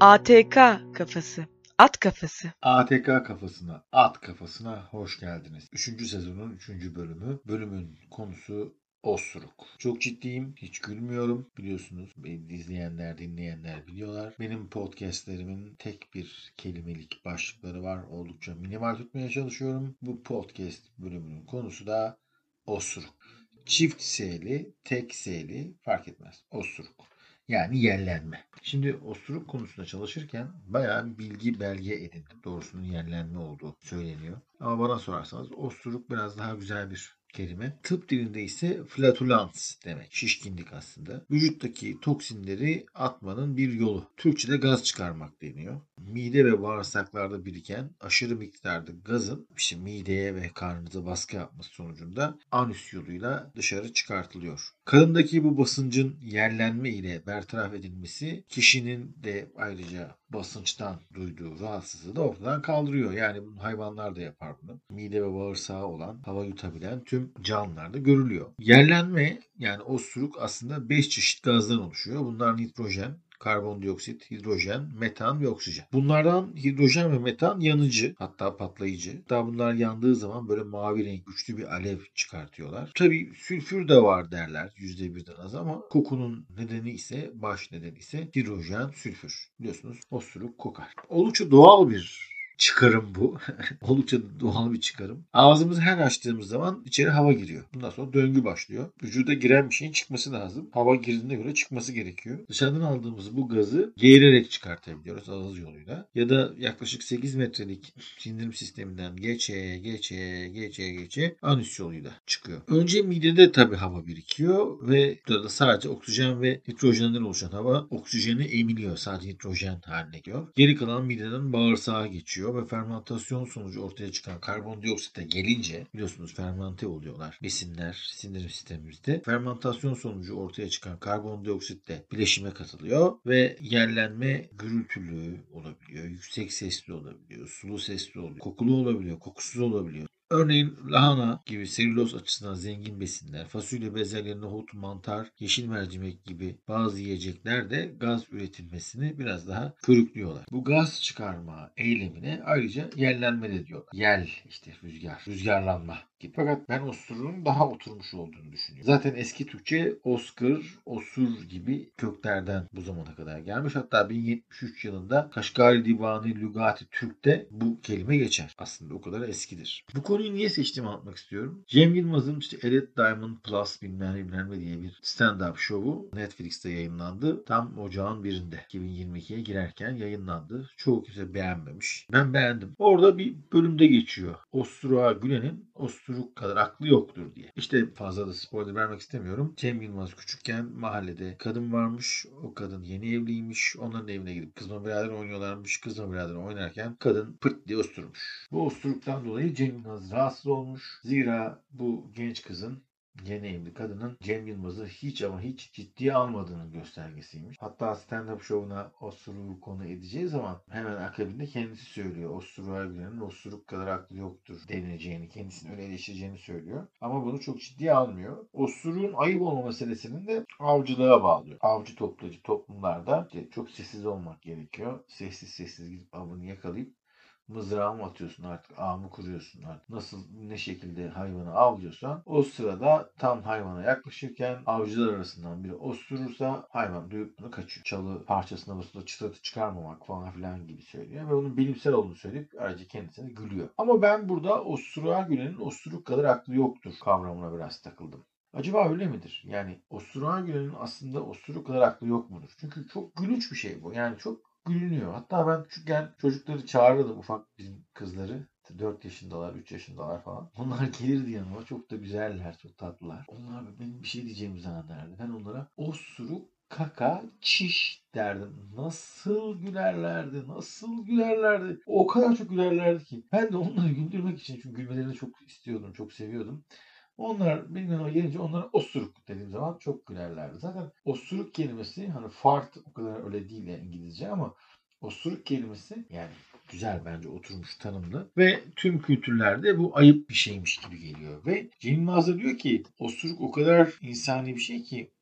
ATK kafası. At kafası. ATK kafasına, at kafasına hoş geldiniz. 3. sezonun 3. bölümü. Bölümün konusu osuruk. Çok ciddiyim, hiç gülmüyorum. Biliyorsunuz, beni izleyenler, dinleyenler biliyorlar. Benim podcastlerimin tek bir kelimelik başlıkları var. Oldukça minimal tutmaya çalışıyorum. Bu podcast bölümünün konusu da osuruk. Çift S'li, tek S'li fark etmez. Osuruk. Yani yerlenme. Şimdi osuruk konusunda çalışırken bayağı bir bilgi belge edindim. Doğrusunun yerlenme olduğu söyleniyor. Ama bana sorarsanız osuruk biraz daha güzel bir kelime. Tıp dilinde ise flatulans demek. Şişkinlik aslında. Vücuttaki toksinleri atmanın bir yolu. Türkçe'de gaz çıkarmak deniyor. Mide ve bağırsaklarda biriken aşırı miktarda gazın işte mideye ve karnınıza baskı yapması sonucunda anüs yoluyla dışarı çıkartılıyor. Karındaki bu basıncın yerlenme ile bertaraf edilmesi kişinin de ayrıca basınçtan duyduğu rahatsızlığı da ortadan kaldırıyor. Yani bunu hayvanlar da yapar bunu. Mide ve bağırsağı olan, hava yutabilen tüm canlılarda görülüyor. Yerlenme yani osuruk aslında 5 çeşit gazdan oluşuyor. Bunlar nitrojen, karbondioksit, hidrojen, metan ve oksijen. Bunlardan hidrojen ve metan yanıcı, hatta patlayıcı. Hatta bunlar yandığı zaman böyle mavi renk güçlü bir alev çıkartıyorlar. Tabii sülfür de var derler, %1'den az, ama kokunun nedeni ise, baş nedeni ise hidrojen, sülfür. Biliyorsunuz osuruk kokar. Oldukça doğal bir çıkarım bu. Oldukça doğal bir çıkarım. Ağzımızı her açtığımız zaman içeri hava giriyor. Bundan sonra döngü başlıyor. Vücuda giren bir şeyin çıkması lazım. Hava girdiğine göre çıkması gerekiyor. Dışarıdan aldığımız bu gazı geğirerek çıkartabiliyoruz ağız yoluyla. Ya da yaklaşık 8 metrelik sindirim sisteminden geçe anüs yoluyla çıkıyor. Önce midede tabii hava birikiyor ve burada sadece oksijen ve nitrojenden oluşan hava oksijeni emiliyor. Sadece nitrojen haline geliyor. Geri kalan mideden bağırsağa geçiyor ve fermentasyon sonucu ortaya çıkan karbondioksite gelince, biliyorsunuz fermente oluyorlar besinler sindirim sistemimizde. Fermentasyon sonucu ortaya çıkan karbondioksitle bileşime katılıyor ve yerlenme gürültülü olabiliyor, yüksek sesli olabiliyor, sulu sesli oluyor, kokulu olabiliyor, kokusuz olabiliyor. Örneğin lahana gibi selüloz açısından zengin besinler, fasulye, bezelye, nohut, mantar, yeşil mercimek gibi bazı yiyecekler de gaz üretilmesini biraz daha körüklüyorlar. Bu gaz çıkarma eylemine ayrıca yerlenme de diyorlar. Yel işte rüzgar, rüzgarlanma gibi. Fakat ben osurun daha oturmuş olduğunu düşünüyorum. Zaten eski Türkçe oskır, osur gibi köklerden bu zamana kadar gelmiş. Hatta 1073 yılında Kaşgari Divanı Lügati Türk'te bu kelime geçer. Aslında o kadar eskidir. Bu konuyu niye seçtiğimi anlatmak istiyorum. Cem Yılmaz'ın işte Elite Diamond Plus bilmem ne diye bir stand-up şovu Netflix'te yayınlandı. Tam ocağın birinde 2022'ye girerken yayınlandı. Çoğu kimse beğenmemiş. Ben beğendim. Orada bir bölümde geçiyor. Osturuğa gülenin osturuk kadar aklı yoktur diye. İşte fazla da spoiler vermek istemiyorum. Cem Yılmaz küçükken mahallede kadın varmış. O kadın yeni evliymiş. Onların evine gidip kızma birader oynuyorlarmış. Kızma birader oynarken kadın pırt diye osturmuş. Bu osturuktan dolayı Cem Yılmaz rahatsız olmuş. Zira bu genç kızın, yeni evli kadının Cem Yılmaz'ı hiç ama hiç ciddiye almadığının göstergesiymiş. Hatta stand-up şovuna osuruğu konu edeceği zaman hemen akabinde kendisi söylüyor. Osuruğa gülenin osuruk kadar aklı yoktur denileceğini, kendisini öyle eleştireceğini söylüyor. Ama bunu çok ciddiye almıyor. Osuruğun ayıp olma meselesinin de avcılığa bağlıyor. Avcı toplacı toplumlarda işte çok sessiz olmak gerekiyor. Sessiz sessiz gidip avını yakalayıp mızrağı mı atıyorsun artık, ağ mı kuruyorsun artık, nasıl ne şekilde hayvanı avlıyorsan o sırada tam hayvana yaklaşırken avcılar arasından biri osurursa hayvan duyup bunu kaçıyor. Çalı parçasına basılı çıtırtı çıkarmamak falan filan gibi söylüyor ve onun bilimsel olduğunu söyleyip ayrıca kendisine gülüyor. Ama ben burada osuruğa gülenin osuruk kadar aklı yoktur kavramına biraz takıldım. Acaba öyle midir? Yani osuruğa gülenin aslında osuruk kadar aklı yok mudur? Çünkü çok gülünç bir şey bu. Yani çok gülünüyor. Hatta ben küçükken çocukları çağırırdım, ufak bizim kızları. 4 yaşındalar, 3 yaşındalar falan. Onlar gelirdi yanıma. Çok da güzeller, çok tatlılar. Onlar benim bir şey diyeceğimi zannederdi. Ben onlara osuruk, kaka, çiş derdim. Nasıl gülerlerdi, nasıl gülerlerdi. O kadar çok gülerlerdi ki. Ben de onları güldürmek için, çünkü gülmelerini çok istiyordum, çok seviyordum. Onlar benim yanıma gelince onlara osuruk dediğim zaman çok gülerlerdi. Zaten osuruk kelimesi, hani fart o kadar öyle değil ya İngilizce, ama osuruk kelimesi yani güzel, bence oturmuş, tanımlı ve tüm kültürlerde bu ayıp bir şeymiş gibi geliyor. Ve Cem Yılmaz da diyor ki osuruk o kadar insani bir şey ki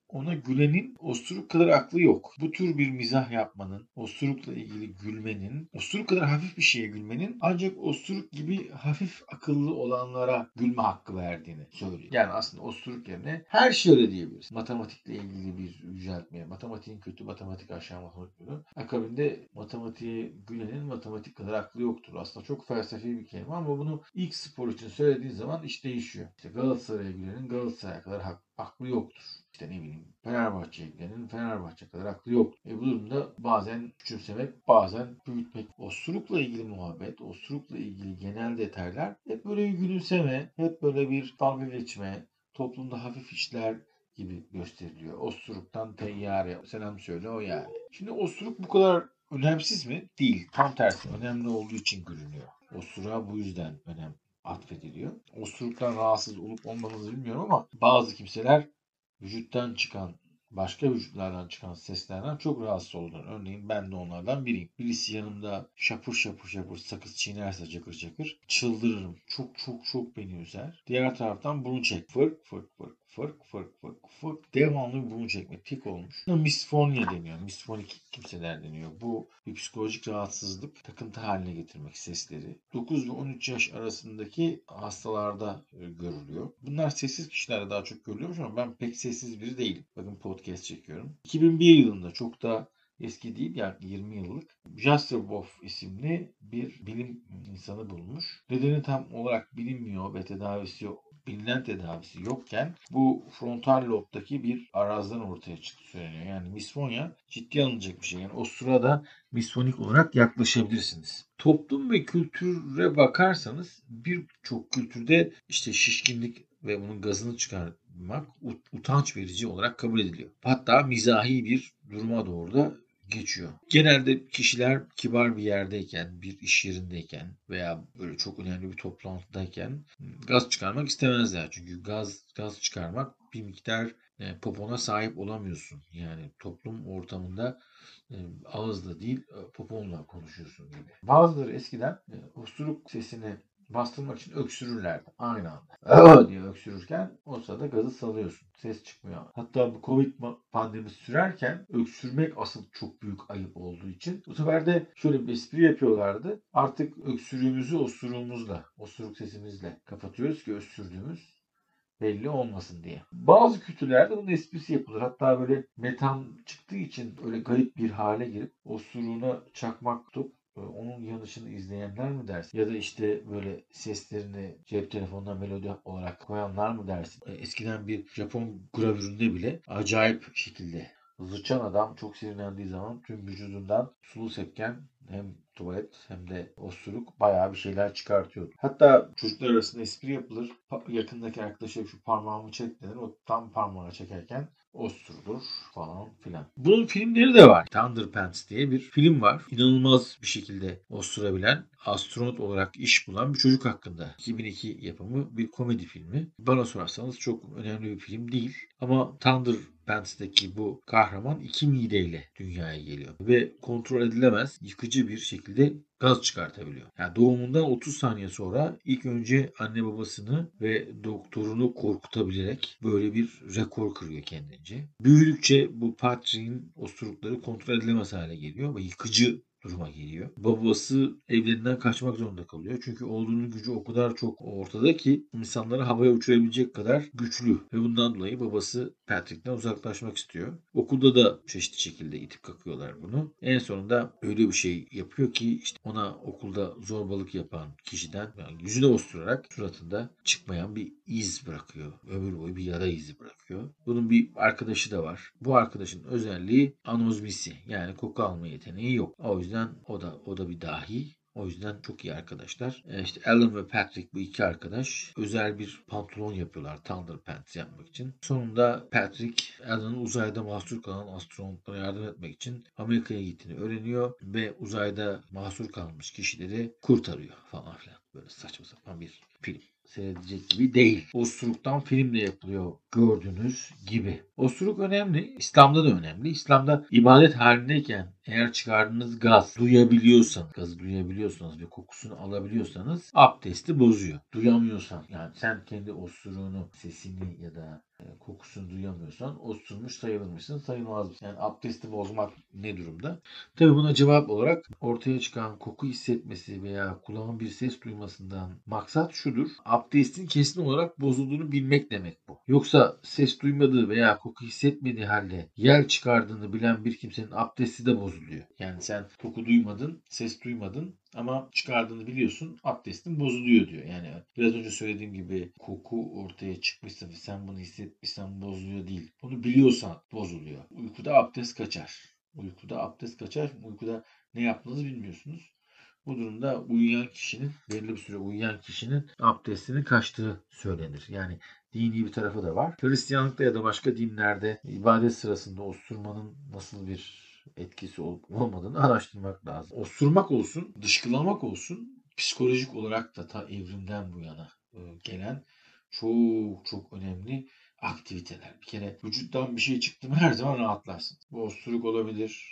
ona gülenin osuruk kadar aklı yok. Bu tür bir mizah yapmanın, osurukla ilgili gülmenin, osuruk kadar hafif bir şeye gülmenin ancak osuruk gibi hafif akıllı olanlara gülme hakkı verdiğini söylüyor. Yani aslında osuruk yerine her şey öyle diyebiliriz. Matematikle ilgili bir yüceltmeye, matematiğin kötü, matematik aşağı, matematik kötü. Akabinde matematiğe gülenin matematik kadar aklı yoktur. Aslında çok felsefi bir kelime ama bunu ilk spor için söylediğin zaman iş değişiyor. İşte Galatasaray'a gülenin Galatasaray'a kadar aklı yoktur. İşte ne bileyim Fenerbahçe'ye gidenin Fenerbahçe kadar aklı yok. Bu durumda bazen küçümsemek, bazen büyütmek. Osurukla ilgili muhabbet, osurukla ilgili genel detaylar hep böyle bir gülümseme, hep böyle bir dalga geçme, toplumda hafif işler gibi gösteriliyor. Osuruktan teyyare, selam söyle o yani. Şimdi osuruk bu kadar önemsiz mi? Değil. Tam tersi. Önemli olduğu için gülünüyor. Osuruğa bu yüzden önem atfediliyor. Osuruktan rahatsız olup olmadığınızı bilmiyorum ama bazı kimseler vücuttan çıkan, başka vücutlardan çıkan seslerden çok rahatsız olurlar. Örneğin ben de onlardan biriyim. Birisi yanımda şapır şapır şapır sakız çiğnerse çakır çakır çıldırırım. Çok çok çok beni üzer. Diğer taraftan burun çek. Fırk fırk fırk fırk fırk fırk fırk. Devamlı bir burun çekme. Tik olmuş. Buna misfonya deniyor. Misfonik kimseler deniyor. Bu bir psikolojik rahatsızlık. Takıntı haline getirmek sesleri. 9 ve 13 yaş arasındaki hastalarda görülüyor. Bunlar sessiz kişilerde daha çok görülüyormuş ama ben pek sessiz biri değilim. Bakın podcast çekiyorum. 2001 yılında çok da eski değil yani 20 yıllık Jastroboff isimli bir bilim insanı bulmuş. Nedeni tam olarak bilinmiyor ve bilinen tedavisi yokken bu frontal lobdaki bir arazdan ortaya çıktı söyleniyor. Yani misfonya ciddi alınacak bir şey. Yani o sırada misfonik olarak yaklaşabilirsiniz. Toplum ve kültüre bakarsanız birçok kültürde işte şişkinlik ve bunun gazını çıkarmak utanç verici olarak kabul ediliyor. Hatta mizahi bir duruma doğru da geçiyor. Genelde kişiler kibar bir yerdeyken, bir iş yerindeyken veya böyle çok önemli bir toplantıdayken gaz çıkarmak istemezler. Çünkü gaz çıkarmak bir miktar popona sahip olamıyorsun. Yani toplum ortamında ağızla değil poponla konuşuyorsun gibi. Bazıları eskiden osuruk sesini bastırmak için öksürürlerdi aynı anda. Diye öksürürken o sırada gazı salıyorsun. Ses çıkmıyor. Hatta bu Covid pandemisi sürerken öksürmek asıl çok büyük ayıp olduğu için bu sefer de şöyle bir espri yapıyorlardı. Artık öksürüğümüzü osuruğumuzla, osuruk sesimizle kapatıyoruz ki öksürdüğümüz belli olmasın diye. Bazı kültürlerde bunun esprisi yapılır. Hatta böyle metan çıktığı için öyle garip bir hale girip osuruğuna çakmak tutup onun yanışını izleyenler mi dersin? Ya da işte böyle seslerini cep telefonuna melodi olarak koyanlar mı dersin? Eskiden bir Japon gravüründe bile acayip şekilde zıçan adam çok sinirlendiği zaman tüm vücudundan sulu sepken hem tuvalet hem de osuruk bayağı bir şeyler çıkartıyordu. Hatta çocuklar arasında espri yapılır. Yakındaki arkadaşa şu parmağımı çek denir. O tam parmağına çekerken osurulur falan filan. Bunun filmleri de var. Thunderpants diye bir film var. İnanılmaz bir şekilde osurabilen, astronot olarak iş bulan bir çocuk hakkında. 2002 yapımı bir komedi filmi. Bana sorarsanız çok önemli bir film değil. Ama Thunderpants'taki bu kahraman 2 mideyle dünyaya geliyor. Ve kontrol edilemez, yıkıcı bir şekilde gaz çıkartabiliyor. Yani doğumundan 30 saniye sonra ilk önce anne babasını ve doktorunu korkutabilerek böyle bir rekor kırıyor kendince. Büyüdükçe bu Patrick'in osurukları kontrol edilemez hale geliyor ve yıkıcı duruma geliyor. Babası evlerinden kaçmak zorunda kalıyor. Çünkü oğlunun gücü o kadar çok ortada ki insanları havaya uçurabilecek kadar güçlü. Ve bundan dolayı babası Patrick'ten uzaklaşmak istiyor. Okulda da çeşitli şekilde itip kakıyorlar bunu. En sonunda öyle bir şey yapıyor ki işte ona okulda zorbalık yapan kişiden yani yüzüne osturarak suratında çıkmayan bir iz bırakıyor. Ömür boyu bir yara izi bırakıyor. Bunun bir arkadaşı da var. Bu arkadaşın özelliği anozmisi yani koku alma yeteneği yok. O yüzden o da bir dahi. O yüzden çok iyi arkadaşlar. İşte Alan ve Patrick bu iki arkadaş özel bir pantolon yapıyorlar Thunderpants yapmak için. Sonunda Patrick Alan'ın uzayda mahsur kalan astronotlara yardım etmek için Amerika'ya gittiğini öğreniyor ve uzayda mahsur kalmış kişileri kurtarıyor falan filan. Böyle saçma sapan bir film. Seyredecek gibi değil. Osuruktan film de yapılıyor gördüğünüz gibi. Osuruk önemli. İslam'da da önemli. İslam'da ibadet halindeyken eğer çıkardığınız gaz duyabiliyorsanız, gazı duyabiliyorsanız ve kokusunu alabiliyorsanız abdesti bozuyor. Duyamıyorsan, yani sen kendi osuruğunu, sesini ya da kokusunu duyamıyorsan osurmuş sayılır sayılmaz mısın? Yani abdesti bozmak ne durumda? Tabii buna cevap olarak ortaya çıkan koku hissetmesi veya kulağın bir ses duymasından maksat şudur: abdestin kesin olarak bozulduğunu bilmek demek bu. Yoksa ses duymadığı veya koku hissetmediği halde yel çıkardığını bilen bir kimsenin abdesti de bozuluyor. Yani sen koku duymadın, ses duymadın ama çıkardığını biliyorsun, abdestin bozuluyor diyor. Yani biraz önce söylediğim gibi koku ortaya çıkmışsa ve sen bunu hissetmişsen bozuluyor değil. Bunu biliyorsan bozuluyor. Uykuda abdest kaçar. Uykuda ne yaptığınızı bilmiyorsunuz. Bu durumda belli bir süre uyuyan kişinin abdestinin kaçtığı söylenir. Yani dini bir tarafı da var. Hristiyanlıkta ya da başka dinlerde ibadet sırasında osurmanın nasıl bir etkisi olup olmadığını araştırmak lazım. Osurmak olsun, dışkılamak olsun, psikolojik olarak da ta evrimden bu yana gelen çok çok önemli aktiviteler. Bir kere vücuttan bir şey çıktı mı her zaman rahatlarsın. Bu osuruk olabilir,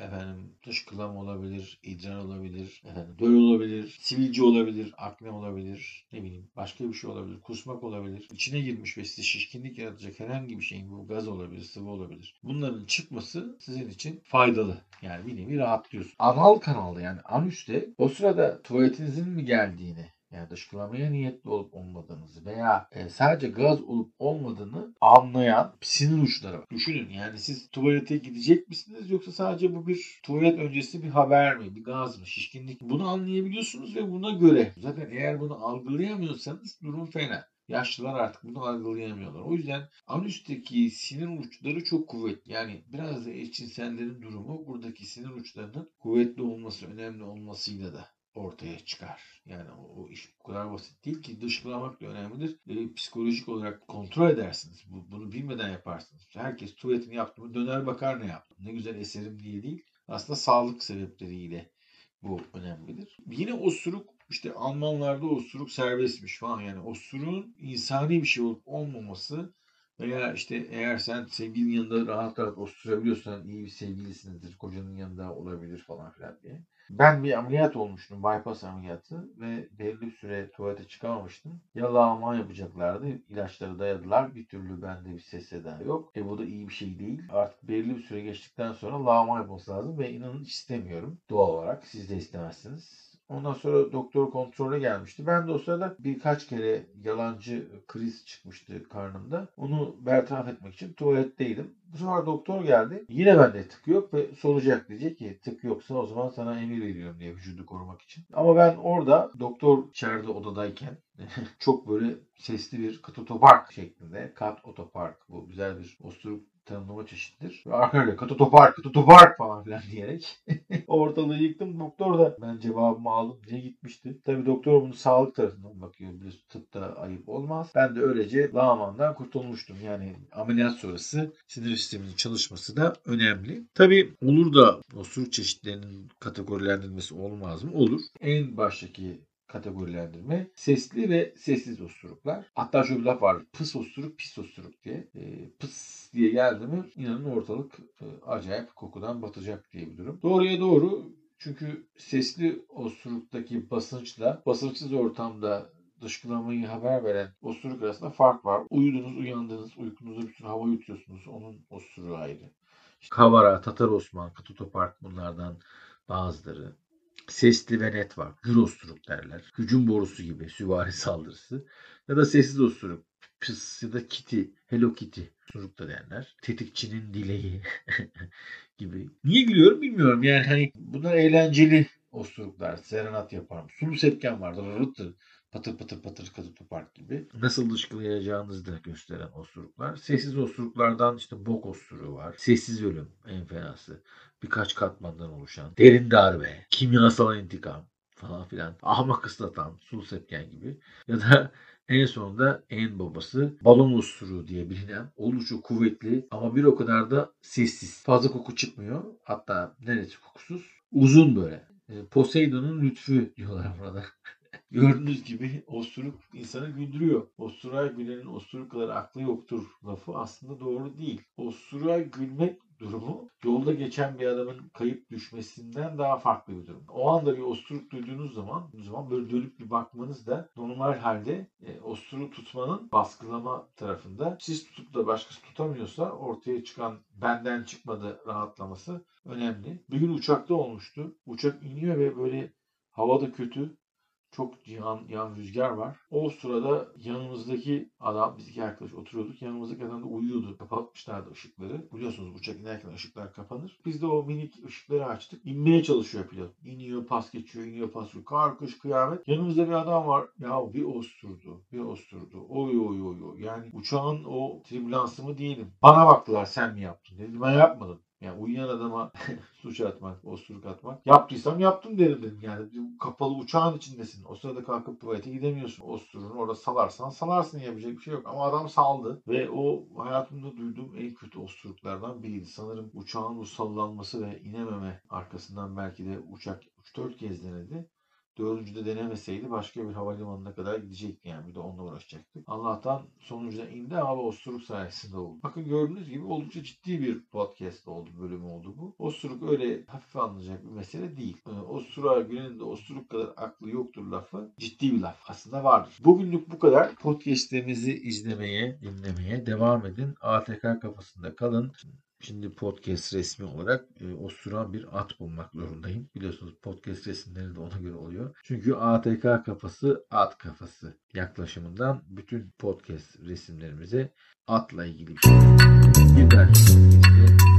dışkılama olabilir, idrar olabilir, döl olabilir, sivilce olabilir, akne olabilir, ne bileyim başka bir şey olabilir, kusmak olabilir. İçine girmiş ve size şişkinlik yaratacak herhangi bir şeyin, bu gaz olabilir, sıvı olabilir. Bunların çıkması sizin için faydalı. Yani bir nevi rahatlıyorsun. Anal kanalda, yani anüste o sırada tuvaletinizin mi geldiğini, yani dışkılamaya niyetli olup olmadığınızı veya sadece gaz olup olmadığını anlayan sinir uçları var. Düşünün, yani siz tuvalete gidecek misiniz yoksa sadece bu bir tuvalet öncesi bir haber mi, bir gaz mı, şişkinlik mi? Bunu anlayabiliyorsunuz ve buna göre. Zaten eğer bunu algılayamıyorsanız durum fena. Yaşlılar artık bunu algılayamıyorlar. O yüzden anüsteki sinir uçları çok kuvvetli. Yani biraz da eşcinsellerin durumu buradaki sinir uçlarının kuvvetli olması, önemli olmasıyla da ortaya çıkar. Yani o iş bu kadar basit değil ki, dışkılamak da önemlidir. Psikolojik olarak kontrol edersiniz. Bunu bilmeden yaparsınız. Herkes tuvaletini yaptı mı döner bakar ne yaptım, ne güzel eserim diye değil. Aslında sağlık sebepleriyle bu önemlidir. Yine osuruk, işte Almanlarda osuruk serbestmiş falan, yani osuruğun insani bir şey olup olmaması veya işte eğer sen sevgilinin yanında rahat rahat osurabiliyorsan iyi bir sevgilisinizdir, kocanın yanında olabilir falan filan diye. Ben bir ameliyat olmuştum, bypass ameliyatı, ve belli bir süre tuvalete çıkamamıştım. Ya lağma yapacaklardı, ilaçları dayadılar, bir türlü bende bir ses seda yok. Bu da iyi bir şey değil. Artık belli bir süre geçtikten sonra lağma yapması lazım ve inanın istemiyorum. Doğal olarak siz de istemezsiniz. Ondan sonra doktor kontrole gelmişti. Ben de o sırada birkaç kere yalancı kriz çıkmıştı karnımda. Onu bertaraf etmek için tuvaletteydim. Bu sefer doktor geldi. Yine bende tık yok ve soracak, diyecek ki tık yoksa o zaman sana emir veriyorum diye, vücudu korumak için. Ama ben orada doktor içeride odadayken çok böyle sesli bir kat otopark şeklinde. Kat otopark. Bu güzel bir osuruk tanımlama çeşittir. Ve arkayla kat otopark falan filan diyerek ortalığı yıktım. Doktor da ben cevabımı aldım diye gitmişti. Tabii doktor bunu sağlık tarafından bakıyor. Biliyorsun, tıpta ayıp olmaz. Ben de öylece lağmandan kurtulmuştum. Yani ameliyat sonrası sinir sisteminin çalışması da önemli. Tabii olur da osuruk çeşitlerinin kategorilendirilmesi olmaz mı? Olur. En baştaki kategorilendirme sesli ve sessiz osuruklar. Hatta şöyle bir laf var: pıs osuruk, pis osuruk diye. Pıs diye geldi mi inanın ortalık acayip kokudan batacak diye bir durum. Doğruya doğru, çünkü sesli osuruktaki basınçla basınçsız ortamda dışkılamayı haber veren osuruk arasında fark var. Uyudunuz, uyandınız, uykunuzda bütün hava yutuyorsunuz. Onun osuruğu ayrı. İşte Kavara, Tatar Osman, Katutopark bunlardan bazıları. Sesli ve net var. Gür osuruk derler. Hücum borusu gibi, süvari saldırısı. Ya da sessiz osuruk. Pıs ya da Kitty, Hello Kitty osuruk da derler. Tetikçinin dileği gibi. Niye gülüyorum bilmiyorum. Yani hani bunlar eğlenceli osuruklar. Serenat yaparım. Sulu sepken vardır. Rıttır. Patır patır patır Katutopark gibi. Nasıl dışkılayacağınızı da gösteren osuruklar. Sessiz osuruklardan işte bok osuruğu var. Sessiz ölüm en fenası. Birkaç katmandan oluşan. Derin darbe. Kimyasal intikam falan filan. Ahmak ıslatan. Sulu sepken gibi. Ya da en sonunda en babası balon osuruğu diye bilinen, oldukça kuvvetli ama bir o kadar da sessiz. Fazla koku çıkmıyor. Hatta neresi kokusuz? Uzun böyle. Poseidon'un lütfü diyorlar burada. Gördüğünüz gibi osuruk insanı güldürüyor. Osuruğa gülenin osuruk kadar aklı yoktur lafı aslında doğru değil. Osuruğa gülmek durumu yolda geçen bir adamın kayıp düşmesinden daha farklı bir durum. O anda bir osuruk duyduğunuz zaman böyle dönüp bir bakmanız da normal halde osuruğu tutmanın baskılama tarafında. Siz tutup da başkası tutamıyorsa ortaya çıkan benden çıkmadı rahatlaması önemli. Bir gün uçakta olmuştu. Uçak iniyor ve böyle havada kötü. Çok yan rüzgar var. O sırada yanımızdaki adam, biz iki arkadaş oturuyorduk. Yanımızdaki adam da uyuyordu. Kapatmışlardı ışıkları. Biliyorsunuz uçak inerken ışıklar kapanır. Biz de o minik ışıkları açtık. İnmeye çalışıyor pilot. İniyor, pas geçiyor, iniyor, pas geçiyor. Kar, kış, kıyamet. Yanımızda bir adam var. Ya bir osurdu. Oy. Yani uçağın o tribülansı mı diyelim. Bana baktılar, sen mi yaptın? Dedim ben yapmadım. Yani uyuyan adama suç atmak, osuruk atmak. Yaptıysam yaptım dedim. Yani kapalı uçağın içindesin. O sırada kalkıp tuvalete gidemiyorsun. Osurunu orada salarsan salarsın, yapacak bir şey yok. Ama adam saldı ve o hayatımda duyduğum en kötü osuruklardan biriydi. Sanırım uçağın bu sallanması ve inememe arkasından belki de uçak 3-4 kez denedi. Dördüncüde denemeseydi başka bir havalimanına kadar gidecekti, yani bir de onunla uğraşacaktı. Allah'tan sonuncuda indi ama osuruk sayesinde oldu. Bakın gördüğünüz gibi oldukça ciddi bir podcast oldu, bölümü oldu bu. Osuruk öyle hafife alınacak bir mesele değil. Osuruğa gülenin de osuruk kadar aklı yoktur lafı ciddi bir laf. Aslında vardır. Bugünlük bu kadar. Podcastlerimizi izlemeye, dinlemeye devam edin. ATK kafasında kalın. Şimdi podcast resmi olarak osuran bir at bulmak zorundayım. Biliyorsunuz podcast resimleri de ona göre oluyor. Çünkü ATK kafası at kafası yaklaşımından bütün podcast resimlerimize atla ilgili bir şey. Bir dahaki podcast'te